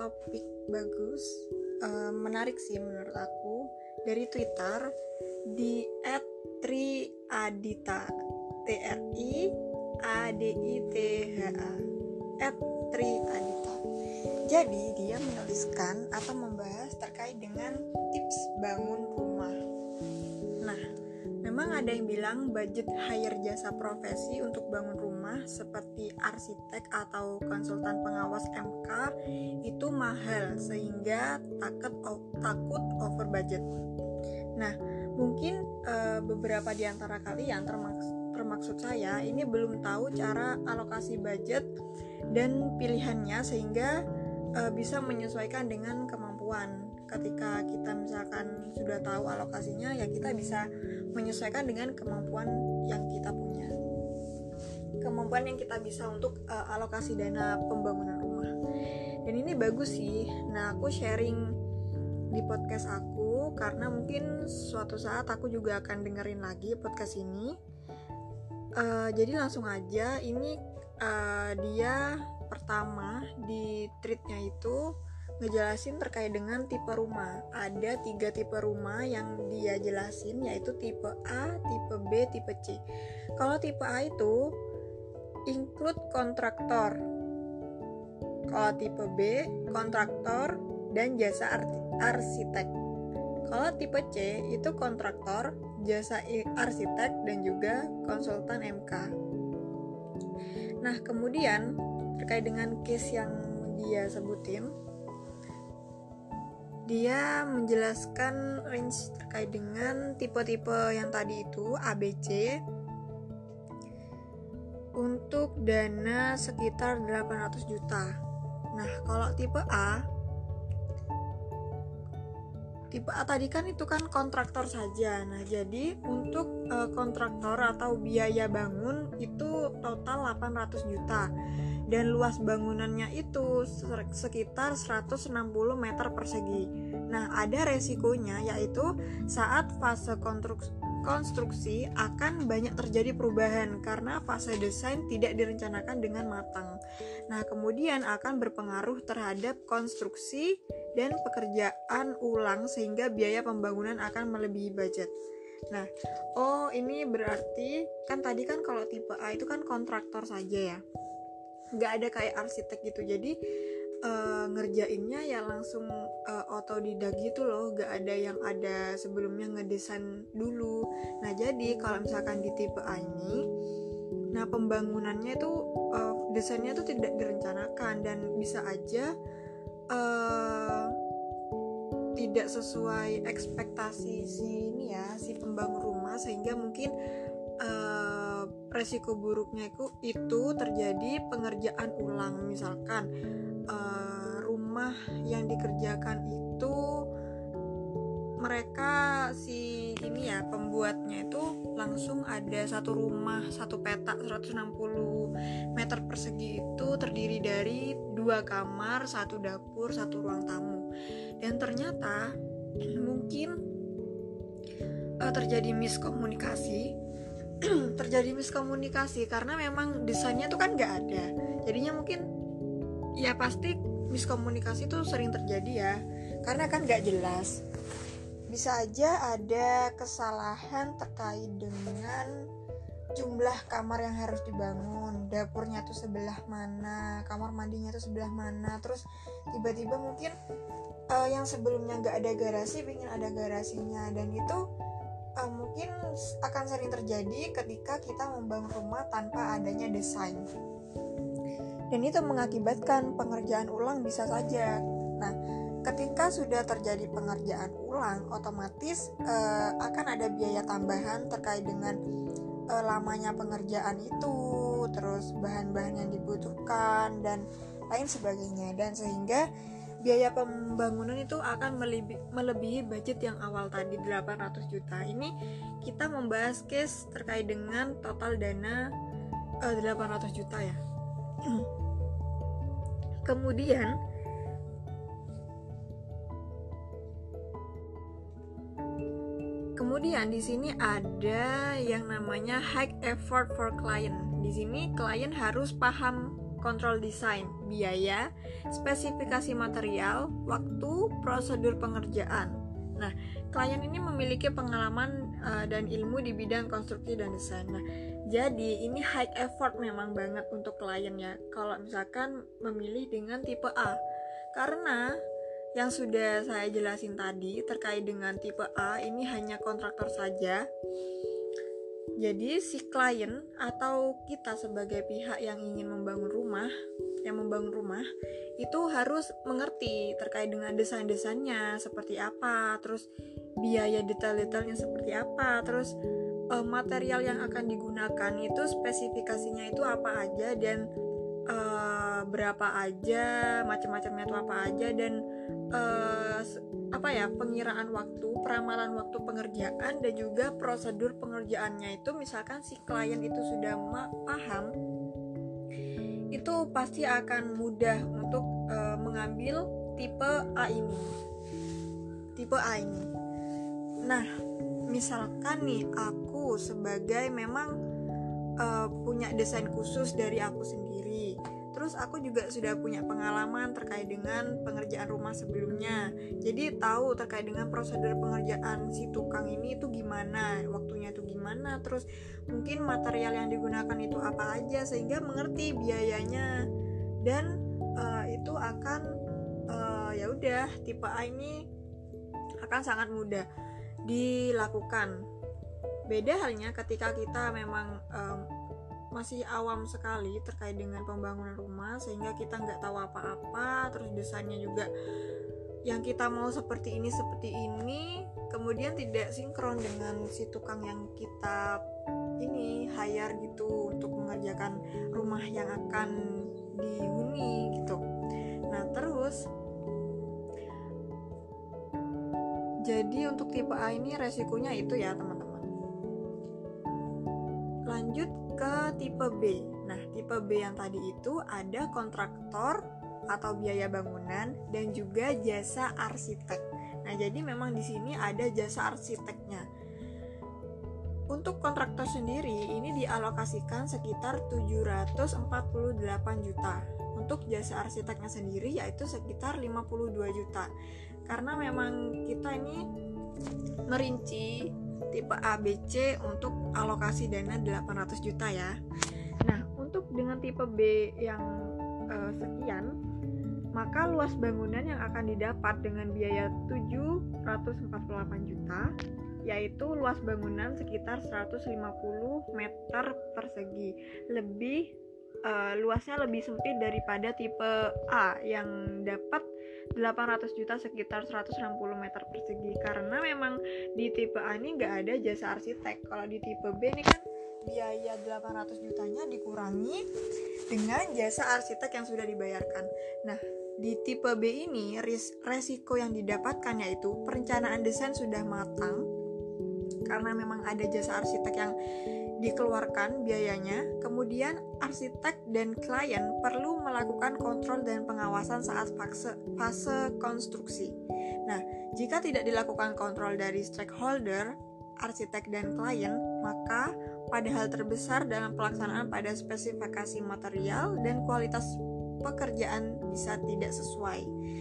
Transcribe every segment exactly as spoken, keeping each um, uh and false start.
topik bagus, uh, menarik sih menurut aku, dari Twitter di et triaditha, T R I A D I T H A, et triaditha. Jadi dia menuliskan atau membahas terkait dengan tips bangun rumah. Nah, memang ada yang bilang budget hire jasa profesi untuk bangun rumah seperti arsitek atau konsultan pengawas M K itu mahal sehingga takut takut over budget. Nah, mungkin uh, beberapa di antara kalian termaksud, termaksud saya ini belum tahu cara alokasi budget dan pilihannya sehingga uh, bisa menyesuaikan dengan kemampuan. Ketika kita misalkan sudah tahu alokasinya, ya kita bisa menyesuaikan dengan kemampuan yang kita punya, kemampuan yang kita bisa untuk uh, alokasi dana pembangunan rumah. Dan ini bagus sih. Nah, aku sharing di podcast aku karena mungkin suatu saat aku juga akan dengerin lagi podcast ini. Uh, jadi langsung aja, ini uh, dia pertama di tweetnya itu ngejelasin terkait dengan tipe rumah. Ada tiga tipe rumah yang dia jelasin, yaitu tipe A, tipe B, tipe C. Kalau tipe A itu include kontraktor. Kalau tipe B, kontraktor dan jasa arsitek. Kalau tipe C itu kontraktor, jasa arsitek dan juga konsultan M K. Nah, kemudian terkait dengan case yang dia sebutin, dia menjelaskan range terkait dengan tipe-tipe yang tadi itu A, B, C untuk dana sekitar delapan ratus juta. Nah, kalau tipe A tipe A tadi kan itu kan kontraktor saja. Nah, jadi untuk e, kontraktor atau biaya bangun itu total delapan ratus juta. Dan luas bangunannya itu sekitar seratus enam puluh meter persegi. Nah, ada resikonya yaitu saat fase konstruksi, konstruksi akan banyak terjadi perubahan karena fase desain tidak direncanakan dengan matang. Nah, kemudian akan berpengaruh terhadap konstruksi dan pekerjaan ulang sehingga biaya pembangunan akan melebihi budget. Nah, oh ini berarti kan tadi kan kalau tipe A itu kan kontraktor saja ya, nggak ada kayak arsitek gitu, jadi uh, ngerjainnya ya langsung uh, otodidak gitu loh, nggak ada yang ada sebelumnya ngedesain dulu. Nah, jadi kalau misalkan di tipe A ini, nah pembangunannya itu uh, desainnya tuh tidak direncanakan dan bisa aja uh, tidak sesuai ekspektasi si ini ya si pembangun rumah, sehingga mungkin uh, resiko buruknya itu, itu terjadi pengerjaan ulang. Misalkan uh, rumah yang dikerjakan itu mereka si ini ya pembuatnya itu langsung ada satu rumah, satu petak seratus enam puluh meter persegi itu terdiri dari dua kamar, satu dapur, satu ruang tamu. Dan ternyata mungkin uh, terjadi miskomunikasi terjadi miskomunikasi karena memang desainnya tuh kan nggak ada, jadinya mungkin ya pasti miskomunikasi tuh sering terjadi ya karena kan nggak jelas. Bisa aja ada kesalahan terkait dengan jumlah kamar yang harus dibangun, dapurnya tuh sebelah mana, kamar mandinya tuh sebelah mana, terus tiba-tiba mungkin uh, yang sebelumnya nggak ada garasi pengen ada garasinya, dan itu Uh, mungkin akan sering terjadi ketika kita membangun rumah tanpa adanya desain, dan itu mengakibatkan pengerjaan ulang bisa saja. Nah, ketika sudah terjadi pengerjaan ulang, otomatis uh, akan ada biaya tambahan terkait dengan uh, lamanya pengerjaan itu, terus bahan-bahan yang dibutuhkan dan lain sebagainya, dan sehingga biaya pembangunan itu akan melebihi, melebihi budget yang awal tadi delapan ratus juta. Ini kita membahas case terkait dengan total dana uh, delapan ratus juta ya. Kemudian Kemudian di sini ada yang namanya high effort for client. Di sini klien harus paham kontrol desain, biaya, spesifikasi material, waktu, prosedur pengerjaan. Nah, klien ini memiliki pengalaman uh, dan ilmu di bidang konstruksi dan desain. Nah, jadi ini high effort memang banget untuk klien ya, kalau misalkan memilih dengan tipe A. Karena yang sudah saya jelasin tadi terkait dengan tipe A ini hanya kontraktor saja. Jadi si klien atau kita sebagai pihak yang ingin membangun rumah, yang membangun rumah itu harus mengerti terkait dengan desain-desainnya seperti apa, terus biaya detail-detailnya seperti apa, terus uh, material yang akan digunakan itu spesifikasinya itu apa aja dan uh, berapa aja, macam-macamnya itu apa aja dan uh, apa ya pengiraan waktu, peramalan waktu pengerjaan dan juga prosedur pengerjaannya itu misalkan si klien itu sudah ma- paham, itu pasti akan mudah untuk uh, mengambil tipe A ini. Tipe A ini. Nah, misalkan nih aku sebagai memang uh, punya desain khusus dari aku sendiri. Terus aku juga sudah punya pengalaman terkait dengan pengerjaan rumah sebelumnya. Jadi tahu terkait dengan prosedur pengerjaan si tukang ini itu gimana, waktunya itu gimana, terus mungkin material yang digunakan itu apa aja sehingga mengerti biayanya dan uh, itu akan uh, ya udah tipe A ini akan sangat mudah dilakukan. Beda halnya ketika kita memang um, masih awam sekali terkait dengan pembangunan rumah sehingga kita nggak tahu apa-apa, terus desainnya juga yang kita mau seperti ini seperti ini, kemudian tidak sinkron dengan si tukang yang kita ini hire gitu untuk mengerjakan rumah yang akan dihuni gitu. Nah terus jadi untuk tipe A ini resikonya itu ya teman-teman. Lanjut ke tipe B. Nah, tipe B yang tadi itu ada kontraktor atau biaya bangunan dan juga jasa arsitek. Nah, jadi memang di sini ada jasa arsiteknya. Untuk kontraktor sendiri ini dialokasikan sekitar tujuh ratus empat puluh delapan juta. Untuk jasa arsiteknya sendiri yaitu sekitar lima puluh dua juta. Karena memang kita ini merinci tipe A, B, C untuk alokasi dana delapan ratus juta ya. Nah, untuk dengan tipe B yang uh, sekian, maka luas bangunan yang akan didapat dengan biaya tujuh ratus empat puluh delapan juta yaitu luas bangunan sekitar seratus lima puluh meter persegi. Lebih uh, luasnya lebih sempit daripada tipe A yang dapat delapan ratus juta sekitar seratus enam puluh meter persegi, karena memang di tipe A ini nggak ada jasa arsitek. Kalau di tipe B ini kan biaya delapan ratus jutanya dikurangi dengan jasa arsitek yang sudah dibayarkan. Nah, di tipe B ini ris- resiko yang didapatkan yaitu perencanaan desain sudah matang karena memang ada jasa arsitek yang dikeluarkan biayanya, kemudian arsitek dan klien perlu melakukan kontrol dan pengawasan saat fase, fase konstruksi. Nah, jika tidak dilakukan kontrol dari stakeholder, arsitek dan klien, maka pada hal terbesar dalam pelaksanaan pada spesifikasi material dan kualitas pekerjaan bisa tidak sesuai.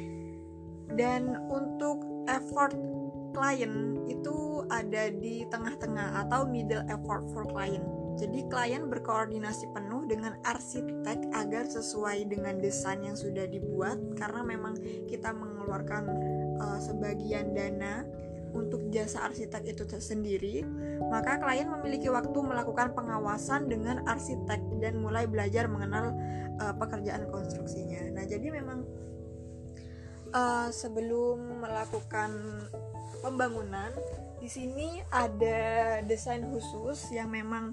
Dan untuk effort klien itu ada di tengah-tengah atau middle effort for client. Jadi klien berkoordinasi penuh dengan arsitek agar sesuai dengan desain yang sudah dibuat, karena memang kita mengeluarkan uh, sebagian dana untuk jasa arsitek itu sendiri, maka klien memiliki waktu melakukan pengawasan dengan arsitek dan mulai belajar mengenal uh, pekerjaan konstruksinya. Nah, jadi memang uh, sebelum melakukan pembangunan, di sini ada desain khusus yang memang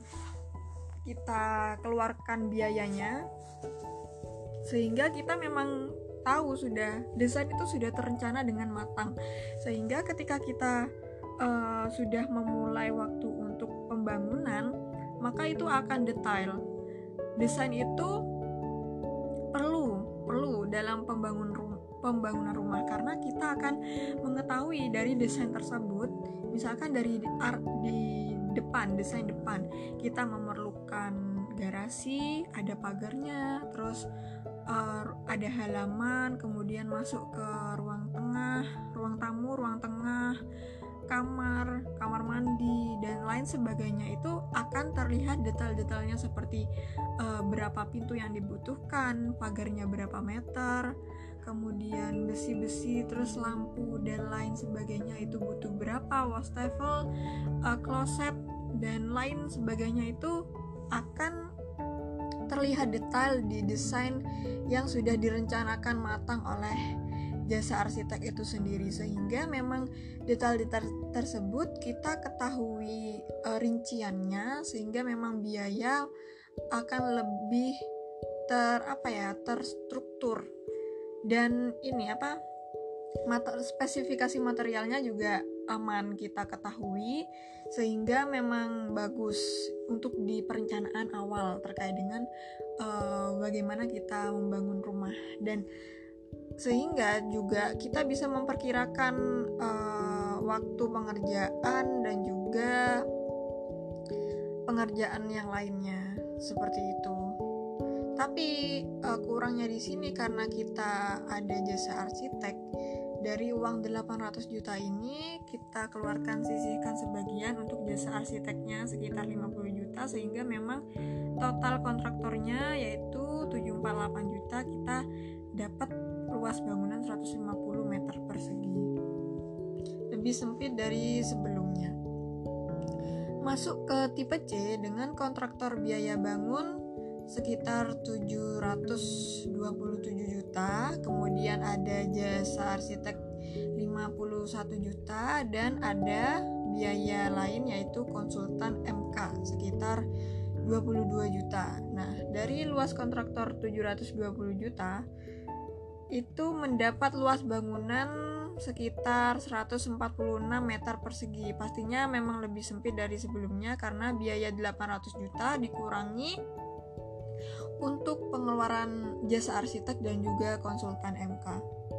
kita keluarkan biayanya, sehingga kita memang tahu sudah desain itu sudah terencana dengan matang, sehingga ketika kita uh, sudah memulai waktu untuk pembangunan, maka itu akan detail. Desain itu perlu perlu dalam pembangun rum- pembangunan rumah, karena kita akan mengetahui dari desain tersebut, misalkan dari di, ar- di depan, desain depan kita memerlukan garasi, ada pagarnya, terus uh, ada halaman, kemudian masuk ke ruang tengah, ruang tamu, ruang tengah, kamar, kamar mandi, dan lain sebagainya. Itu akan terlihat detail-detailnya seperti uh, berapa pintu yang dibutuhkan, pagarnya berapa meter, kemudian besi-besi, terus lampu dan lain sebagainya itu butuh berapa, wastafel, uh, kloset dan lain sebagainya. Itu akan terlihat detail di desain yang sudah direncanakan matang oleh jasa arsitek itu sendiri, sehingga memang detail-detail tersebut kita ketahui uh, rinciannya, sehingga memang biaya akan lebih ter apa ya terstruktur. Dan ini apa mater, spesifikasi materialnya juga aman kita ketahui, sehingga memang bagus untuk di perencanaan awal terkait dengan uh, bagaimana kita membangun rumah. Dan sehingga juga kita bisa memperkirakan uh, waktu pengerjaan dan juga pengerjaan yang lainnya seperti itu. Tapi uh, kurangnya di sini karena kita ada jasa arsitek, dari uang delapan ratus juta ini kita keluarkan, sisihkan sebagian untuk jasa arsiteknya sekitar lima puluh juta, sehingga memang total kontraktornya yaitu tujuh ratus empat puluh delapan juta, kita dapat luas bangunan seratus lima puluh meter persegi, lebih sempit dari sebelumnya. Masuk ke tipe C dengan kontraktor biaya bangun sekitar tujuh ratus dua puluh tujuh juta, kemudian ada jasa arsitek lima puluh satu juta, dan ada biaya lain yaitu konsultan M K sekitar dua puluh dua juta. Nah, dari luas kontraktor tujuh ratus dua puluh juta itu mendapat luas bangunan sekitar seratus empat puluh enam meter persegi. Pastinya memang lebih sempit dari sebelumnya karena biaya delapan ratus juta dikurangi untuk pengeluaran jasa arsitek dan juga konsultan M K.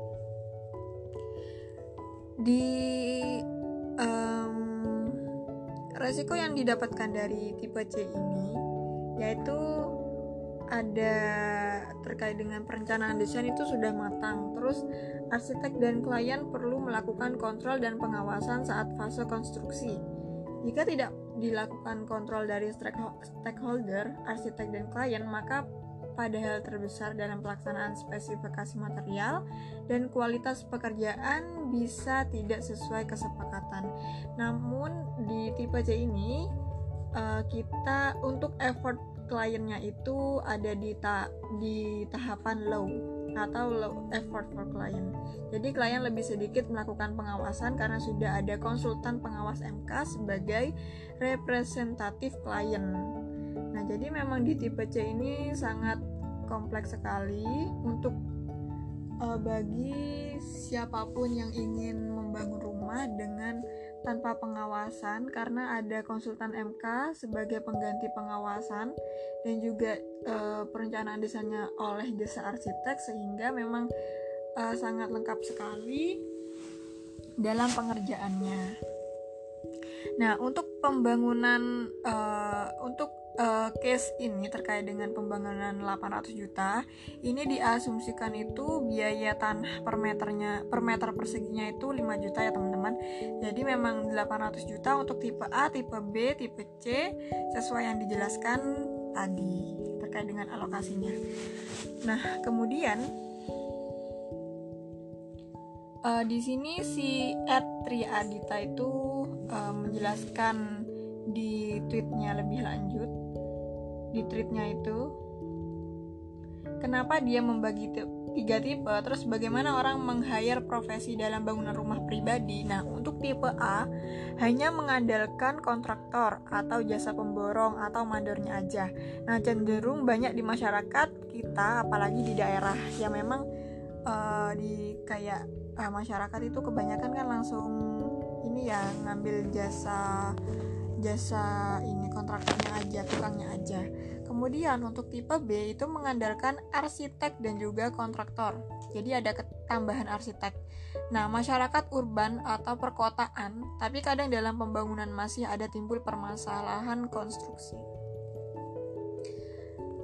Di um, resiko yang didapatkan dari tipe C ini yaitu ada terkait dengan perencanaan desain itu sudah matang. Terus arsitek dan klien perlu melakukan kontrol dan pengawasan saat fase konstruksi. Jika tidak dilakukan kontrol dari stakeholder, arsitek dan klien, maka pada hal terbesar dalam pelaksanaan spesifikasi material dan kualitas pekerjaan bisa tidak sesuai kesepakatan. Namun di tipe C ini kita untuk effort kliennya itu ada di ta- di tahapan low atau low effort for client. Jadi klien lebih sedikit melakukan pengawasan karena sudah ada konsultan pengawas M K sebagai representatif klien. Nah, jadi memang di tipe C ini sangat kompleks sekali untuk uh, bagi siapapun yang ingin membangun rumah dengan tanpa pengawasan, karena ada konsultan M K sebagai pengganti pengawasan dan juga e, perencanaan desainnya oleh jasa arsitek, sehingga memang e, sangat lengkap sekali dalam pengerjaannya. Nah, untuk pembangunan e, untuk e, case ini terkait dengan pembangunan delapan ratus juta, ini diasumsikan itu biaya tanah per meternya per meter perseginya itu lima juta ya teman-teman. Jadi memang delapan ratus juta untuk tipe A, tipe B, tipe C sesuai yang dijelaskan tadi terkait dengan alokasinya. Nah, kemudian uh, di sini si at Triadita itu uh, menjelaskan di tweetnya lebih lanjut. Di tweetnya itu kenapa dia membagi t- tiga tipe, terus bagaimana orang meng-hire profesi dalam bangunan rumah pribadi. Nah, untuk tipe A hanya mengandalkan kontraktor atau jasa pemborong atau mandornya aja. Nah, cenderung banyak di masyarakat kita, apalagi di daerah yang memang uh, di kayak uh, masyarakat itu kebanyakan kan langsung ini ya ngambil jasa jasa ini kontraktornya aja, tukangnya aja. Kemudian untuk tipe B itu mengandalkan arsitek dan juga kontraktor. Jadi ada tambahan arsitek. Nah, masyarakat urban atau perkotaan, tapi kadang dalam pembangunan masih ada timbul permasalahan konstruksi.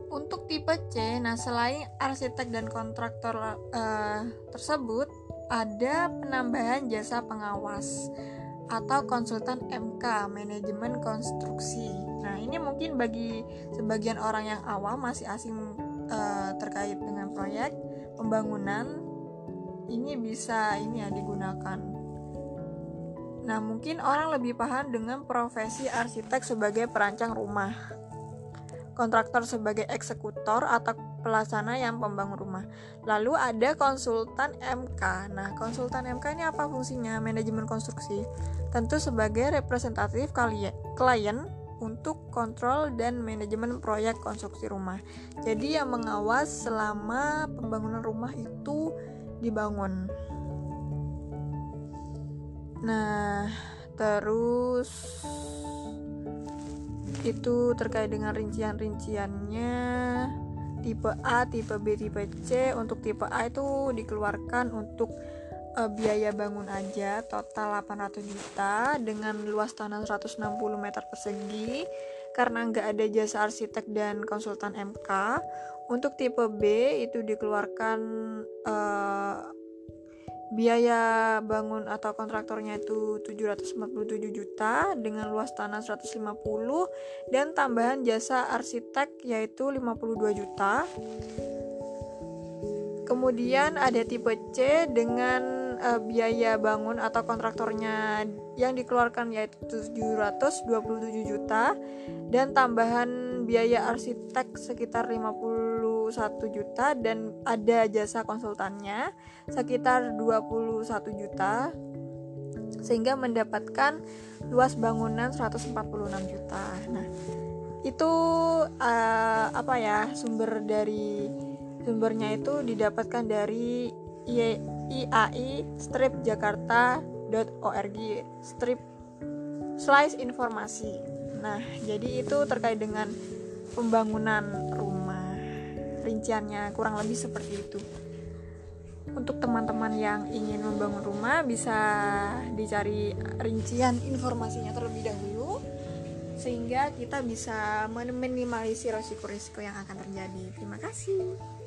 Untuk tipe C, nah selain arsitek dan kontraktor uh, tersebut, ada penambahan jasa pengawas atau konsultan M K, manajemen konstruksi. Nah, ini mungkin bagi sebagian orang yang awam masih asing uh, terkait dengan proyek pembangunan, ini bisa ini ya digunakan. Nah, mungkin orang lebih paham dengan profesi arsitek sebagai perancang rumah, kontraktor sebagai eksekutor atau pelaksana yang pembangun rumah. Lalu ada konsultan M K. Nah, konsultan M K ini apa fungsinya? Manajemen konstruksi. Tentu sebagai representatif klien untuk kontrol dan manajemen proyek konstruksi rumah. Jadi yang mengawas selama pembangunan rumah itu dibangun. Nah, terus itu terkait dengan rincian-rinciannya, tipe A, tipe B, tipe C. Untuk tipe A itu dikeluarkan untuk uh, biaya bangun aja total delapan ratus juta dengan luas tanah seratus enam puluh meter persegi karena nggak ada jasa arsitek dan konsultan M K. Untuk tipe B itu dikeluarkan uh, biaya bangun atau kontraktornya itu tujuh ratus empat puluh tujuh juta dengan luas tanah seratus lima puluh dan tambahan jasa arsitek yaitu lima puluh dua juta. Kemudian ada tipe C dengan uh, biaya bangun atau kontraktornya yang dikeluarkan yaitu tujuh ratus dua puluh tujuh juta dan tambahan biaya arsitek sekitar lima puluh satu juta dan ada jasa konsultannya sekitar dua puluh satu juta sehingga mendapatkan luas bangunan seratus empat puluh enam juta. Nah, itu uh, apa ya sumber dari sumbernya itu didapatkan dari I A I strip jakarta dot org strip slice informasi. Nah, jadi itu terkait dengan pembangunan rumah. Rinciannya kurang lebih seperti itu. Untuk teman-teman yang ingin membangun rumah bisa dicari rincian informasinya terlebih dahulu sehingga kita bisa meminimalisir risiko-risiko yang akan terjadi. Terima kasih.